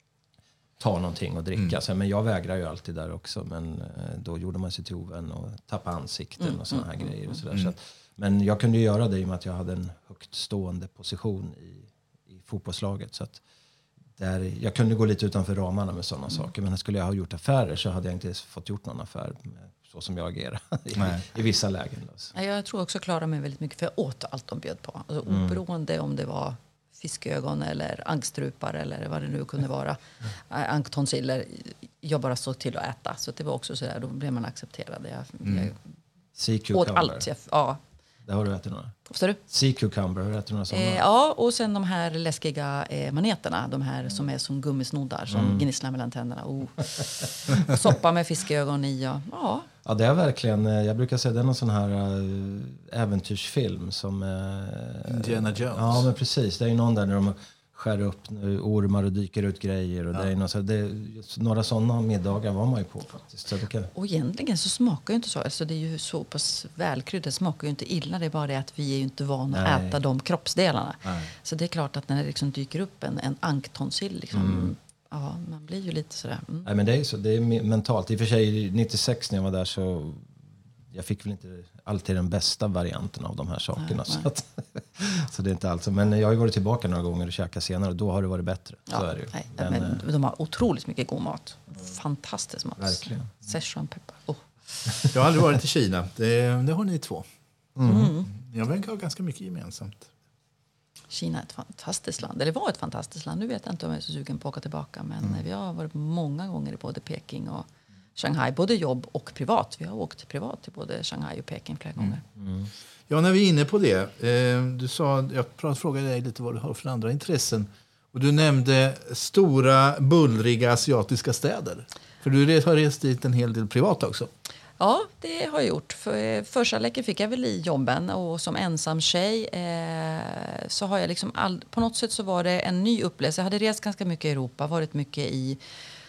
ta någonting och dricka. Men jag vägrar ju alltid där också. Men då gjorde man sig till ovän och tappade ansikten och såna här grejer. Och sådär. Så att, men jag kunde ju göra det i och med att jag hade en högt stående position i fotbollslaget. Så att jag kunde gå lite utanför ramarna med sådana saker. Men skulle jag ha gjort affärer så hade jag inte fått gjort någon affär så som jag agerar i vissa lägen. Jag tror också jag klarade mig väldigt mycket för jag åt allt de bjöd på. Alltså, oberoende om det var fiskögon eller ankstrupar eller vad det nu kunde vara. Anktonsiller. Jag bara såg till att äta. Så det var också så där, då blev man accepterad. Jag åt allt. Ja. Det har du ätit några? Förstår du? Sea cucumber, har du ätit några sådana? Ja, och sen de här läskiga maneterna. De här som är som gummisnoddar som gnisslar mellan tänderna. Soppa med fiskögon i. Ja. Ja, det är verkligen, jag brukar säga det är någon sån här äventyrsfilm som... Indiana Jones. Ja, men precis. Det är ju någon där när de skär upp ormar och dyker ut grejer. Och det är någon, några sådana middagar var man ju på faktiskt. Så det kan... Och egentligen så smakar ju inte så. Alltså det är ju så pass välkryddat. Det smakar ju inte illa. Det är bara det att vi är ju inte vana att äta de kroppsdelarna. Nej. Så det är klart att när det liksom dyker upp en anktonsill liksom... Ja, man blir ju lite sådär. Nej, men det är så, det är mentalt. I och för sig 96 när jag var där så jag fick väl inte alltid den bästa varianten av de här sakerna. Nej. Så det är inte alls. Men jag har ju varit tillbaka några gånger och käkat senare och då har det varit bättre. Ja, så är det ju. Nej, men de har otroligt mycket god mat. Fantastisk mat. Verkligen. Szechuanpeppar. Jag har aldrig varit i Kina. Det har ni två. Jag verkar ha ganska mycket gemensamt. Kina är ett fantastiskt land. Eller var ett fantastiskt land. Nu vet jag inte om jag är så sugen på att åka tillbaka. Men vi har varit många gånger i både Peking och Shanghai. Både jobb och privat. Vi har åkt privat till både Shanghai och Peking flera gånger. Ja, när vi är inne på det. Du sa, jag frågade dig lite vad du har för andra intressen. Och du nämnde stora, bullriga asiatiska städer. För du har rest dit en hel del privat också. Ja, det har jag gjort. Första läcken fick jag väl i jobben och som ensam tjej så har jag liksom på något sätt så var det en ny upplevelse. Jag hade rest ganska mycket i Europa, varit mycket i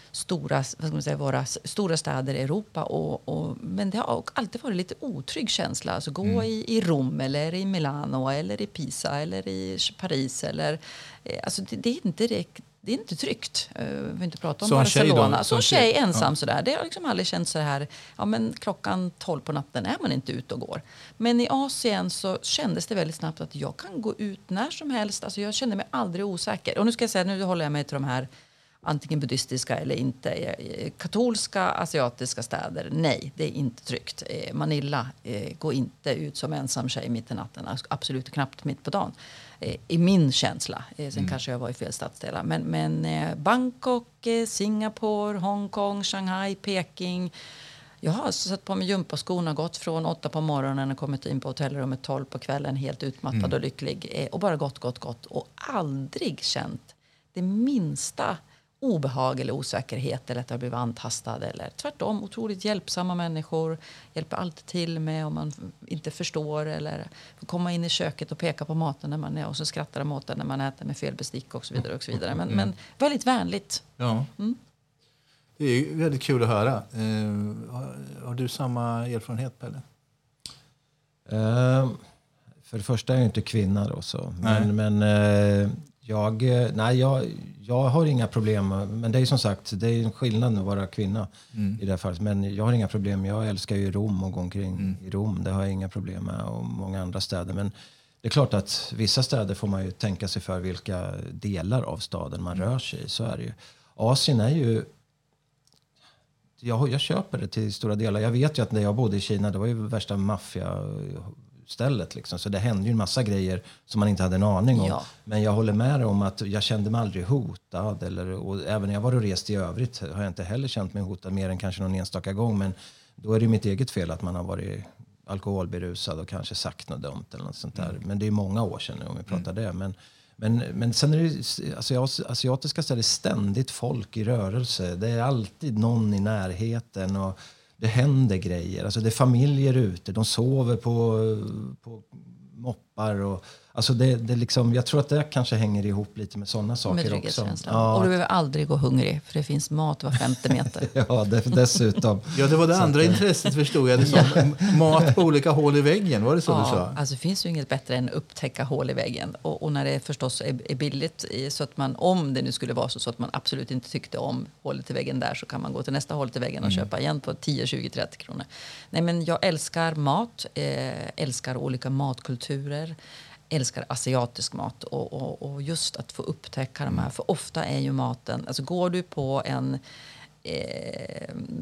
våra stora städer i Europa men det har alltid varit lite otrygg känsla. Alltså gå i Rom eller i Milano eller i Pisa eller i Paris eller alltså det är inte direkt. Det är inte tryggt. Vi vill inte prata om Barcelona. Som tjej ensam sådär. Det har liksom aldrig känts så här. Ja, men klockan 12 på natten är man inte ute och går. Men i Asien så kändes det väldigt snabbt att jag kan gå ut när som helst. Alltså jag kände mig aldrig osäker. Och nu ska jag säga, nu håller jag mig till de här antingen buddhistiska eller inte. Katolska, asiatiska städer. Nej, det är inte tryggt. Manila går inte ut som ensam tjej mitt i natten. Absolut knappt mitt på dagen. I min känsla. Sen kanske jag var i fel stadsdelar. Men Bangkok, Singapore, Hongkong, Shanghai, Peking. Jag har satt på mig gympaskorna, gått från 8 på morgonen och kommit in på hotellrummet 12 på kvällen helt utmattad och lycklig. Och bara gått. Och aldrig känt det minsta obehag eller osäkerhet eller att jag blivit antastad eller tvärtom otroligt hjälpsamma människor hjälper alltid till med om man inte förstår eller får komma in i köket och peka på maten när man är och så skrattar de åt den när man äter med fel bestick och så vidare och så vidare men väldigt vänligt. Ja. Det är väldigt kul att höra. Har du samma erfarenhet, Pelle? För det första är jag inte kvinna då så men jag har inga problem, men det är som sagt det är en skillnad att vara kvinna i det här fallet, men jag har inga problem. Jag älskar ju Rom och gå omkring i Rom, det har jag inga problem med och många andra städer, men det är klart att vissa städer får man ju tänka sig för vilka delar av staden man rör sig i, så är det ju. Asien är ju jag köper det till stora delar. Jag vet ju att när jag bodde i Kina, det var ju värsta maffia-stället liksom. Så det hände ju en massa grejer som man inte hade en aning om. Ja. Men jag håller med om att jag kände mig aldrig hotad. Och även när jag var och rest i övrigt har jag inte heller känt mig hotad mer än kanske någon enstaka gång. Men då är det mitt eget fel att man har varit alkoholberusad och kanske sagt något dumt eller något sånt där. Men det är många år sedan nu om vi pratar det. Men sen är det asiatiska städer ständigt folk i rörelse. Det är alltid någon i närheten och det händer grejer. Alltså det är familjer ute, de sover på moppar och alltså det liksom, jag tror att det kanske hänger ihop lite med sådana saker också. Ja. Och du behöver aldrig gå hungrig för det finns mat var 50 meter. Ja, dessutom. Ja, det var det andra intresset förstod jag. Det som mat på olika hål i väggen, var det så du sa? Alltså det finns ju inget bättre än att upptäcka hål i väggen. Och när det förstås är billigt så att man, om det nu skulle vara så att man absolut inte tyckte om hålet i väggen där så kan man gå till nästa hål i väggen och köpa igen på 10, 20, 30 kronor. Nej, men jag älskar mat, älskar olika matkulturer. Älskar asiatisk mat och just att få upptäcka de här. För ofta är ju maten, alltså går du på en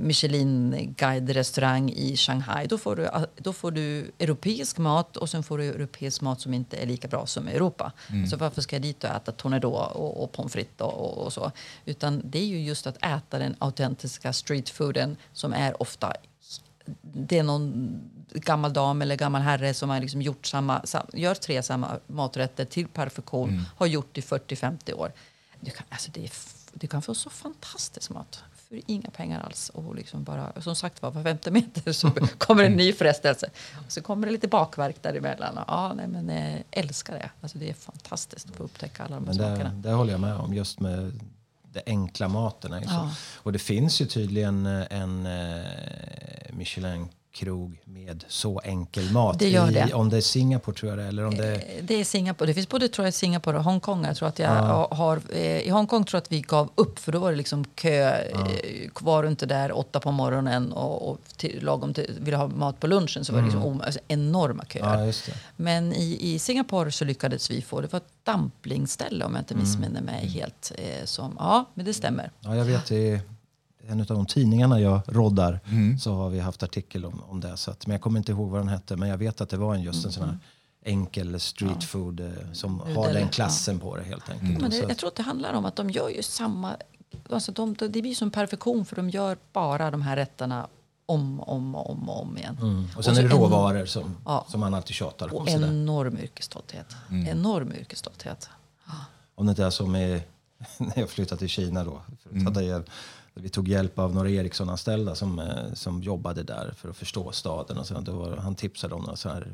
Michelin-guide-restaurang i Shanghai. Då får du europeisk mat och sen får du europeisk mat som inte är lika bra som i Europa. Så varför ska jag dit och äta tornado och pommes frites och så? Utan det är ju just att äta den autentiska streetfooden som är ofta... Det är någon gammal dam eller gammal herre som har liksom gör 3 samma maträtter till perfektion. Har gjort i 40-50 år. Du kan få så fantastisk mat för inga pengar alls. Och liksom bara, som sagt var 50 meter så kommer en ny frestelse. Och så kommer det lite bakverk däremellan. Älskar det. Alltså det är fantastiskt att få upptäcka alla de här sakerna. Det håller jag med om, just med det enkla maten. Och det finns ju tydligen en Michelin-krog med så enkel mat. Det gör det. Om det är Singapore tror jag det, eller om det... Det är Singapore. Det finns både tror jag, Singapore och Hongkong. Jag tror att i Hongkong tror jag att vi gav upp, för då var det liksom kö. Var du inte där 8 på morgonen och lagom till ville ha mat på lunchen, så var det liksom enorma köer. Ja, just det. Men i Singapore så lyckades vi få, det var ett dumplingställe om jag inte missminner mig helt. Men det stämmer. Ja, jag vet i en av de tidningarna jag roddar så har vi haft artikel om det. Men jag kommer inte ihåg vad den hette, men jag vet att det var en sån här enkel street food som har den klassen på det helt enkelt. Men jag tror att det handlar om att de gör ju samma... Alltså det blir som perfektion, för de gör bara de här rätterna om igen. Och sen är det råvaror som man alltid tjatar på. Och enorm yrkesstolthet. Enorm yrkesstolthet. Om det inte är som när jag flyttade till Kina då. Vi tog hjälp av några Ericsson-anställda som jobbade där för att förstå staden. Och så, han tipsade om några så här,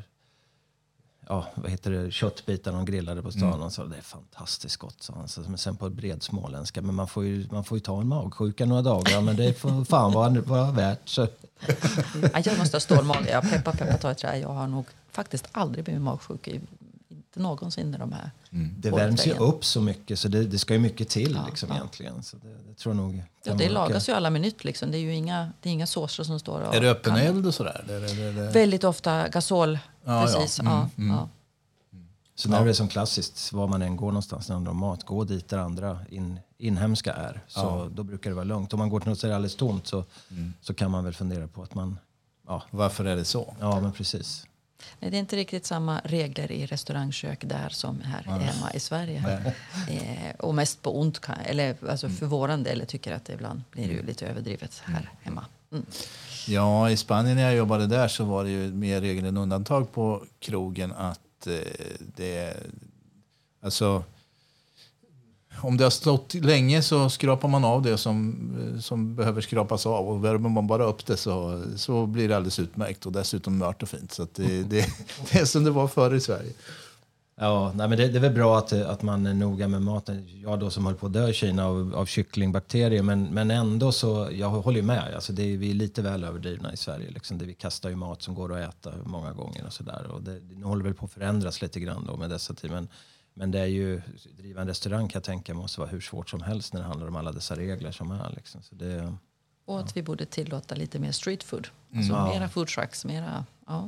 köttbitar de grillade på stan. Och så, det är fantastiskt gott, sa han. Men sen på bred småländska. Men man får ju ta en magsjuka några dagar. Men det får fan vara värt. Så. Jag måste ha stålmage. Jag peppar ta ett trä. Jag har nog faktiskt aldrig blivit magsjuk inte någonsin i de här. Det värms ju upp så mycket, så det ska ju mycket till egentligen. Så det tror jag nog. Det lagas ju alla minut liksom. Det är ju inga såser som står och... Är det öppen eld och sådär? Väldigt ofta gasol. Precis. Så när det är som klassiskt, var man än går någonstans när de mat, gå dit där andra inhemska är. Så då brukar det vara lugnt. Om man går till något så är det alldeles tomt, så kan man väl fundera på att man... Ja. Varför är det så? Ja, men precis. Nej, det är inte riktigt samma regler i restaurangkök där som här hemma i Sverige. Och mest på ont, för våran del tycker jag att det ibland blir det ju lite överdrivet här hemma. Ja, i Spanien när jag jobbade där så var det ju mer regel än undantag på krogen att om det har stått länge så skrapar man av det som behöver skrapas av, och värmer man bara upp det så blir det alldeles utmärkt, och dessutom mört och fint. Så att det är som det var förr i Sverige. Ja, nej, men det är väl bra att man är noga med maten. Jag då som höll på att dö i Kina av kycklingbakterier, men ändå så, jag håller ju med. Alltså vi är lite väl överdrivna i Sverige. Liksom. Vi kastar ju mat som går att äta många gånger och sådär. Och det håller väl på att förändras lite grann då med dessa tid. Men det är ju, driva en restaurang kan jag tänka måste vara hur svårt som helst när det handlar om alla dessa regler som är. Liksom. Så och att vi borde tillåta lite mer street food. Alltså mera food trucks, mera... Ja.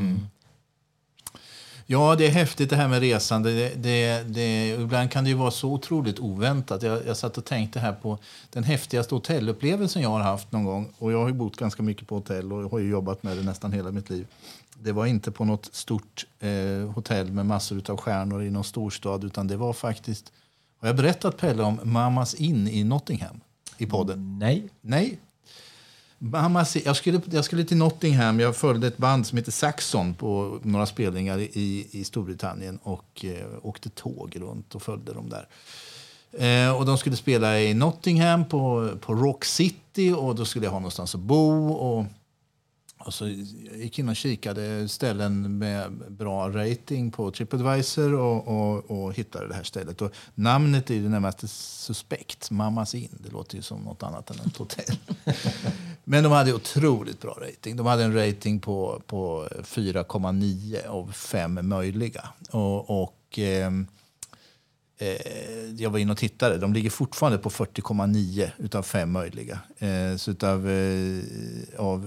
Ja, det är häftigt det här med resande. Ibland kan det ju vara så otroligt oväntat. Jag satt och tänkte här på den häftigaste hotellupplevelsen jag har haft någon gång. Och jag har ju bott ganska mycket på hotell och har ju jobbat med det nästan hela mitt liv. Det var inte på något stort hotell med massor av stjärnor i någon storstad, utan det var faktiskt... Har jag berättat, Pelle, om Mamas Inn i Nottingham i podden? Nej. Jag skulle till Nottingham. Jag följde ett band som heter Saxon på några spelningar i Storbritannien och åkte tåg runt och följde dem där. Och de skulle spela i Nottingham på Rock City, och då skulle jag ha någonstans att bo, och så gick in och kikade ställen med bra rating på TripAdvisor och hittade det här stället. Och namnet är ju närmast suspekt. Mamas Inn. Det låter ju som något annat än ett hotell. Men de hade otroligt bra rating. De hade en rating på 4,9 av 5 möjliga. Jag var inne och tittade. De ligger fortfarande på 40,9 utav 5 möjliga. Så av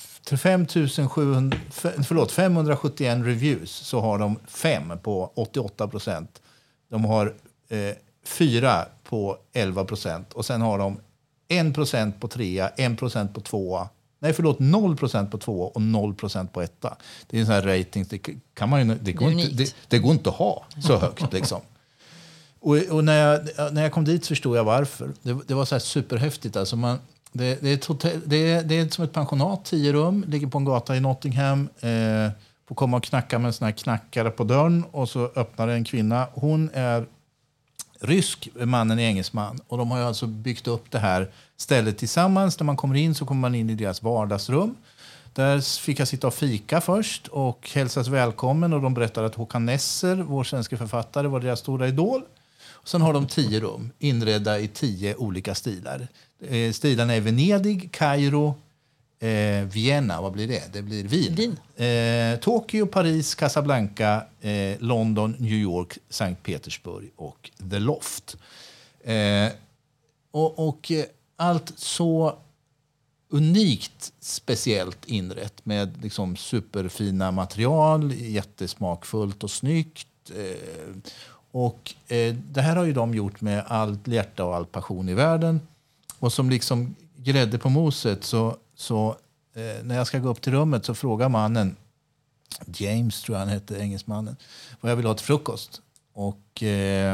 571 reviews så har de 5 på 88%. De har 4 på 11%. Och sen har de 1% på 3, 1% på 2. Nej, förlåt, 0% på 2 och 0% på 1. Det är en sån här rating, det går inte att ha så högt liksom. Och när jag kom dit förstod jag varför. Det var så här superhäftigt. Alltså det är ett hotell, det är som ett pensionat, 10 rum, ligger på en gata i Nottingham. Får komma och knacka med en sån här knackare på dörren och så öppnar en kvinna. Hon är rysk, mannen är engelsman. Och de har ju alltså byggt upp det här stället tillsammans. När man kommer in så kommer man in i deras vardagsrum. Där fick jag sitta och fika först och hälsas välkommen. Och de berättade att Håkan Nesser, vår svenska författare, var deras stora idol. Och sen har de 10 rum inredda i 10 olika stilar. Stilarna är Venedig, Kairo, Vienna, vad blir det? Det blir Wien. Tokyo, Paris, Casablanca, London, New York, Sankt Petersburg och The Loft. Och allt så unikt speciellt inrätt med liksom superfina material, jättesmakfullt och snyggt. Och det här har ju de gjort med allt hjärta och all passion i världen. Och som liksom grädde på moset så när jag ska gå upp till rummet så frågar mannen, James tror jag han hette, engelsmannen, vad jag vill ha till frukost. Och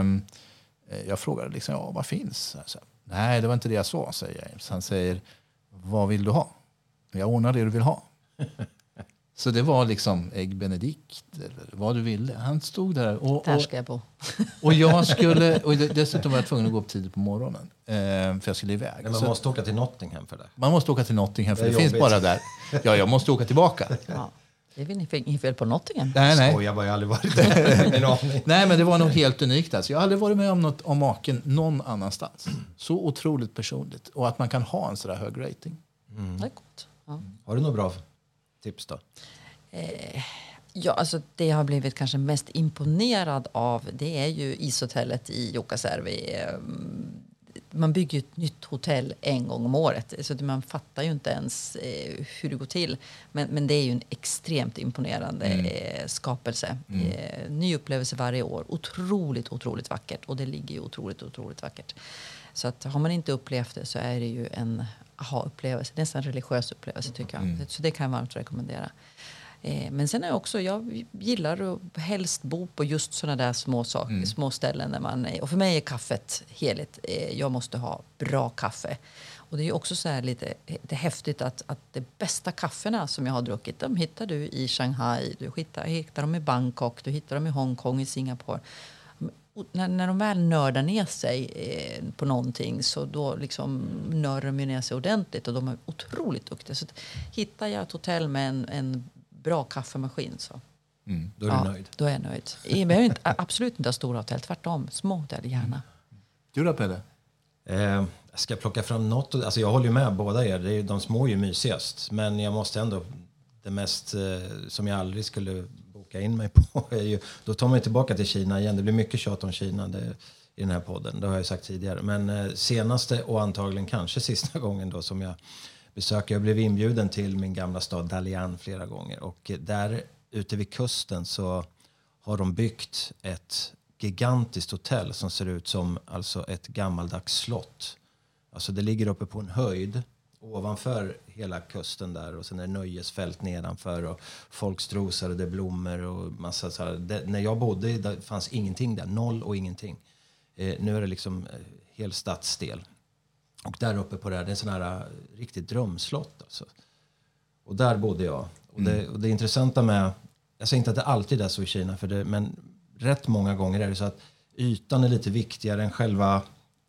jag frågade liksom, vad finns? Alltså, nej, det var inte det jag sa, säger James. Han säger, vad vill du ha? Jag ordnar det du vill ha. Så det var liksom ägg benedict eller vad du ville. Han stod där. Där ska jag bo. Och jag skulle, och dessutom var jag tvungen att gå upp tidigt på morgonen. För jag skulle iväg. Men man måste åka till Nottingham för det. Man måste åka till Nottingham för det jobbigt. finns bara där. Ja, jag måste åka tillbaka. Ja, det är väl inget fel på Nottingham. Nej. Jag har aldrig varit där. Nej, men det var nog helt unikt. Alltså. Jag har aldrig varit med om något om maken någon annanstans. Så otroligt personligt. Och att man kan ha en sådär hög rating. Det är gott. Ja. Har du några bra tips då? Ja, alltså det jag har blivit kanske mest imponerad av, det är ju ishotellet i Jukkasjärvi. Man bygger ju ett nytt hotell en gång om året, så man fattar ju inte ens hur det går till. Men det är ju en extremt imponerande skapelse. Ny upplevelse varje år. Otroligt vackert. Och det ligger ju otroligt vackert. Så att har man inte upplevt det så är det ju en aha-upplevelse. Nästan religiös upplevelse tycker jag. Så det kan jag varmt rekommendera. Men sen är jag gillar att helst bo på just sådana där små ställen där man, och för mig är kaffet heligt. Jag måste ha bra kaffe. Och det är också så här lite det är häftigt att de bästa kaffena som jag har druckit, de hittar du i Shanghai, du hittar dem i Bangkok, du hittar dem i Hongkong, i Singapore. När de väl nördar ner sig på någonting så då liksom nördar de ner sig ordentligt och de är otroligt duktiga. Så hittar jag ett hotell med en bra kaffemaskin så Då är du nöjd. Då är jag nöjd. Jag behöver absolut inte ha stora hotell, tvärtom. Små hotell gärna. Du då, Pelle? Jag ska plocka fram något. Alltså jag håller ju med båda er. De små är ju mysigast. Men jag måste ändå, det mest som jag aldrig skulle boka in mig på är ju, då tar man tillbaka till Kina igen. Det blir mycket tjat om Kina i den här podden. Det har jag sagt tidigare. Men senaste och antagligen kanske sista gången då som jag besöker. Jag blev inbjuden till min gamla stad Dalian flera gånger. Och där ute vid kusten så har de byggt ett gigantiskt hotell som ser ut som alltså ett gammaldags slott. Alltså det ligger uppe på en höjd ovanför hela kusten där och sen är det nöjesfält nedanför och folkstrosar och det är blommor och massa så här. När jag bodde där fanns ingenting där, noll och ingenting. Nu är det liksom hel stadsdel. Och där uppe på det är en sån här riktigt drömslott alltså. Och där bodde jag. Och det intressanta med, jag säger inte att det alltid är så i Kina men rätt många gånger är det så att ytan är lite viktigare än själva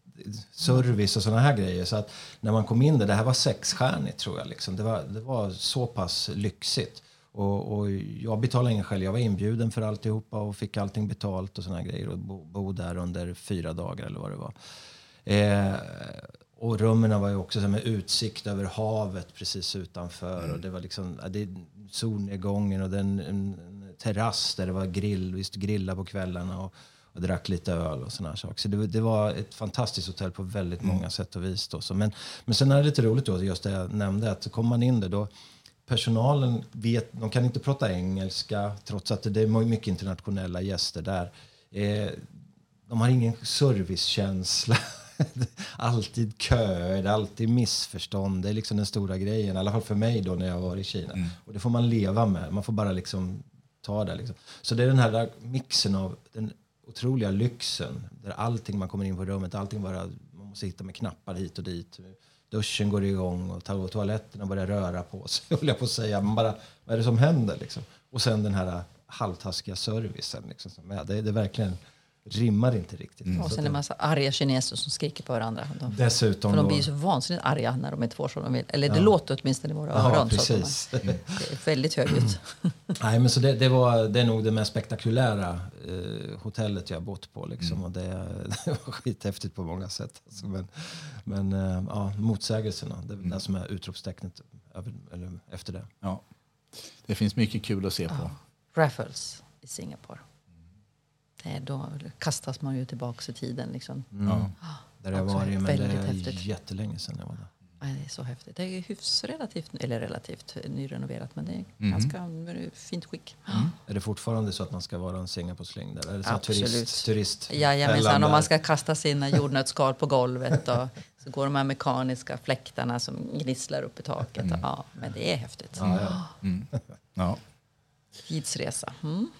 service och såna här grejer. Så att när man kom in där, det här var 6-stjärnigt tror jag liksom. Det var så pass lyxigt. Och jag betalade ingen själv. Jag var inbjuden för alltihopa och fick allting betalt och såna här grejer. Och bo där under 4 dagar eller vad det var. Och rummen var ju också så med utsikt över havet precis utanför. Och det var liksom solnedgången och en terrass där det var grilla på kvällarna och drack lite öl och såna här saker. Så det var ett fantastiskt hotell på väldigt många sätt och vis då. Så, men sen är det lite roligt då, just det jag nämnde, att kommer man in där då, personalen de kan inte prata engelska trots att det är mycket internationella gäster där. De har ingen servicekänsla. alltid köer, det är alltid missförstånd. Det är liksom den stora grejen, i alla fall för mig då när jag var i Kina. Och det får man leva med, man får bara liksom ta det liksom. Så det är den här där mixen av den otroliga lyxen, där allting, man kommer in på rummet, allting bara, man måste hitta med knappar hit och dit. Duschen går igång och toaletterna börjar röra på sig, håller jag på att säga. Men bara, vad är det som händer liksom? Och sen den här halvtaskiga servicen liksom. Det är verkligen, rimmar inte riktigt. Och sen en massa arga kineser som skriker på varandra. Dessutom för de då, blir ju så vansinnigt arga när de inte får som de vill. Eller det låter åtminstone i våra öron. Precis. Så att det är väldigt högljutt. Nej, men så det är nog det mest spektakulära hotellet jag bott på liksom. Och det var skithäftigt på många sätt alltså. Men motsägelserna, det är det som är utropstecknet efter det. Ja. Det finns mycket kul att se på. Raffles i Singapore. Då kastas man ju tillbaka i tiden liksom. Där jag var men det är häftigt. Jättelänge sedan jag var där. Det är så häftigt. Det är ju relativt nyrenoverat, men det är ganska fint skick. Är det fortfarande så att man ska vara en Singapore-släng där? Är det så Absolut. turist? Jajamensan, om man ska kasta sina jordnötsskal på golvet och så går de här mekaniska fläktarna som gnisslar upp i taket. Ja, men det är häftigt. Ja. Tidsresa.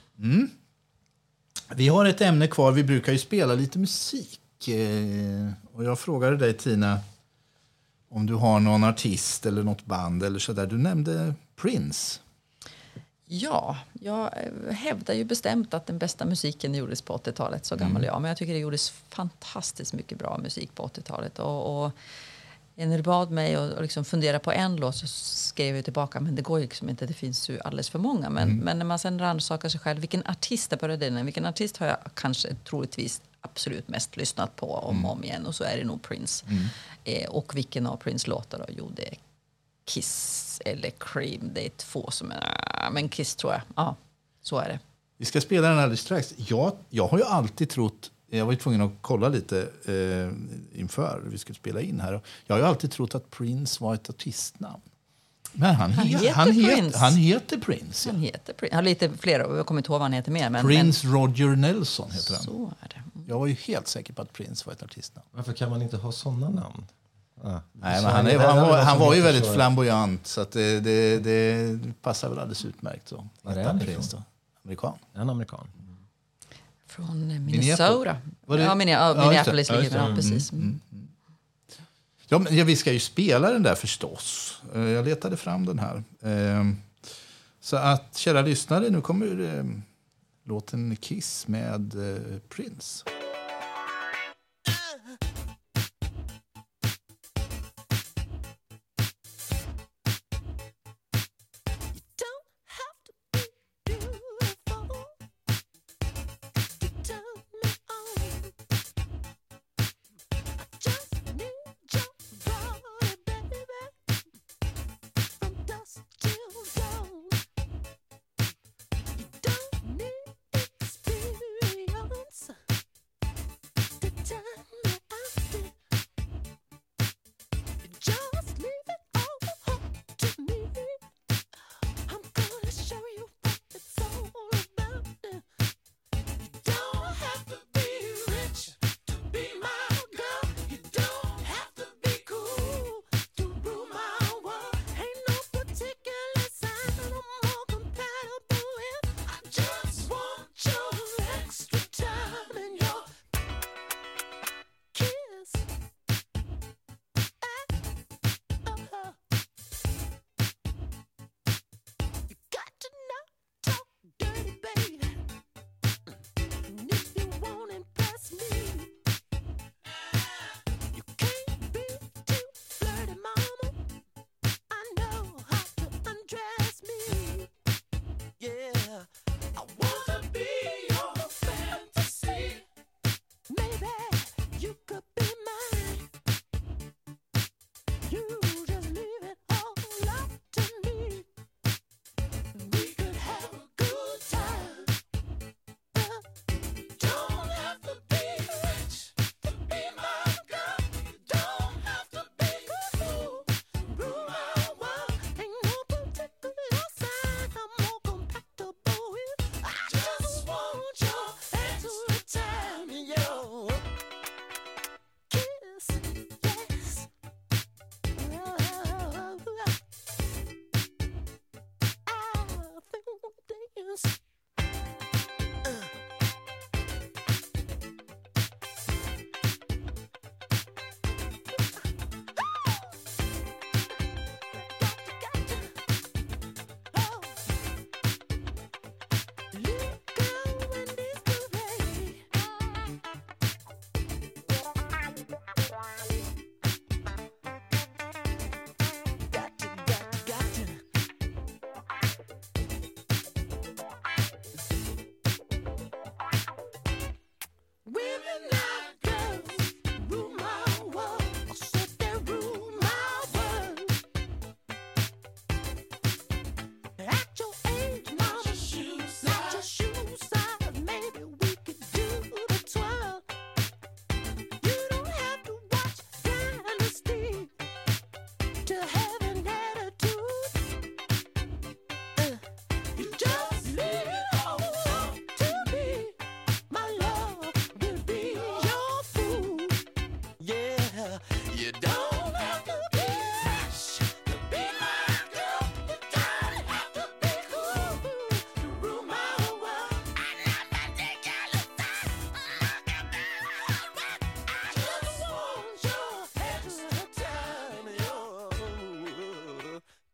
Vi har ett ämne kvar. Vi brukar ju spela lite musik. Och jag frågade dig, Tina, om du har någon artist eller något band eller så där. Du nämnde Prince. Ja, jag hävdar ju bestämt att den bästa musiken gjordes på 80-talet. Så gammal jag. Men jag tycker det gjordes fantastiskt mycket bra musik på 80-talet. Och när du bad mig att liksom fundera på en låt så skrev jag tillbaka, men det går ju liksom inte, det finns ju alldeles för många. Men när man sen rannsakar sig själv, vilken artist vilken artist har jag kanske troligtvis absolut mest lyssnat på om igen, och så är det nog Prince. Och vilken av Prince låtar då? Jo, det är Kiss eller Cream, det är två som är, men Kiss tror jag. Ja, så är det. Vi ska spela den alldeles strax. Jag har ju alltid trott, jag var ju tvungen att kolla lite inför vi skulle spela in här. Jag har ju alltid trott att Prince var ett artistnamn. Men han heter Prince. Han har lite fler, jag kommer inte ihåg vad han heter mer. Prince Roger Nelson heter han. Så är det. Jag var ju helt säker på att Prince var ett artistnamn. Varför kan man inte ha sådana namn? Nej, men han var ju väldigt flamboyant, så att det passar väl alldeles utmärkt. Så. Var är han Prince då? Amerikan. Är han amerikan? Från Minnesota. Minneapolis ligger precis. Ja, men vi ska ju spela den där förstås. Jag letade fram den här. Så att, kära lyssnare, nu kommer låten Kiss med Prince.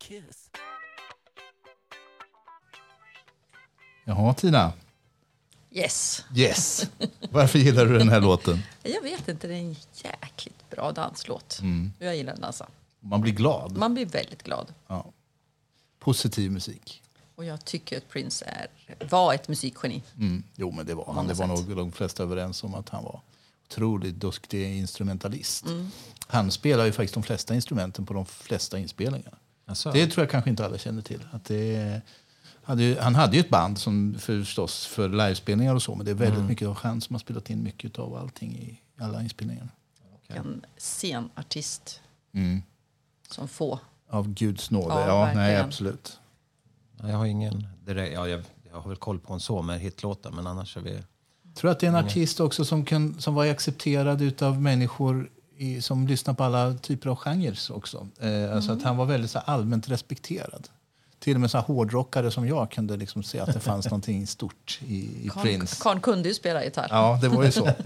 kiss. Jaha, Tina. Yes. Varför gillar du den här låten? Jag vet inte, det är en jäkligt bra danslåt. Jag gillar att dansa. Man blir glad. Man blir väldigt glad. Ja. Positiv musik. Och jag tycker att Prince var ett musikgeni. Jo, men det var han. många Det var sätt. nog de flesta överens om att han var otroligt duktig instrumentalist. Han spelar ju faktiskt de flesta instrumenten på de flesta inspelningarna. Alltså. Det tror jag kanske inte alla känner till. Att han hade ju ett band som förstås för livespelningar och så, men det är väldigt mycket av han som har spelat in mycket av allting i alla inspelningar. En scenartist som få. Av Guds nåde. Ja, Ja, nej, verkligen. absolut. Jag har ingen direkt, jag har väl koll på en så med hitlåtar, men annars är vi... Jag tror att det är en artist också som var accepterad av människor som lyssnar på alla typer av genrer också. Alltså att han var väldigt så allmänt respekterad. Till och med så hårdrockare som jag kunde liksom se att det fanns någonting stort i Prince. Karn kunde ju spela gitarr. Ja, det var ju så.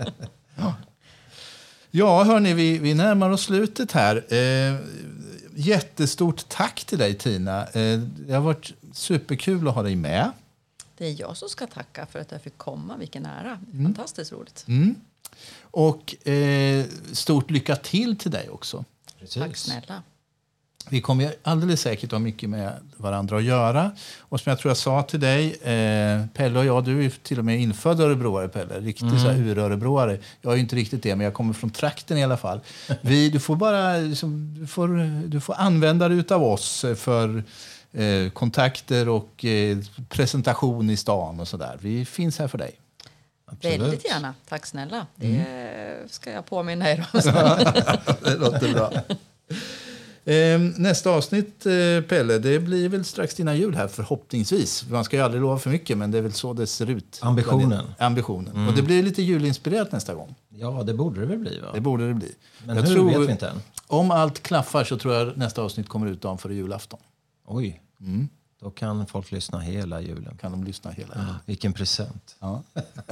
Ja, hörni, vi närmar oss slutet här. Jättestort tack till dig, Tina. Det har varit superkul att ha dig med. Det är jag som ska tacka för att jag fick komma. Vilken ära. Fantastiskt roligt. Och stort lycka till dig också. Precis. Tack snälla. Vi kommer alldeles säkert ha mycket med varandra att göra. Och som jag tror jag sa till dig, Pelle och jag, du är till och med infödd örebroare, Pelle. Riktigt så här urörebroare. Jag är ju inte riktigt det, men jag kommer från trakten i alla fall. Du får bara du får använda dig av oss för kontakter och presentation i stan och sådär. Vi finns här för dig. Absolut. Väldigt gärna. Tack snälla. Det ska jag påminna er om. Det låter bra. Nästa avsnitt, Pelle, det blir väl strax innan jul här förhoppningsvis. Man ska ju aldrig lova för mycket, men det är väl så det ser ut. Ambitionen. Och det blir lite julinspirerat nästa gång. Ja, det borde det väl bli, va? Det borde det bli. Men jag tror, vet vi inte än. Om allt klaffar så tror jag nästa avsnitt kommer ut dagen före julafton. Oj, då kan folk lyssna hela julen. Kan de lyssna hela Ja, vilken present. Ja.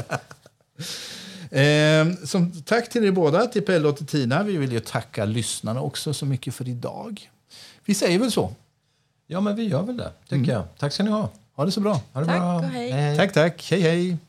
Som tack till er båda, till Pelle och till Tina. Vi vill ju tacka lyssnarna också så mycket för idag. Vi säger väl så. Ja, men vi gör väl det, tycker jag. Tack ska ni ha. Ha det så bra. Ha det Tack bra. och hej. Tack. Hej, hej.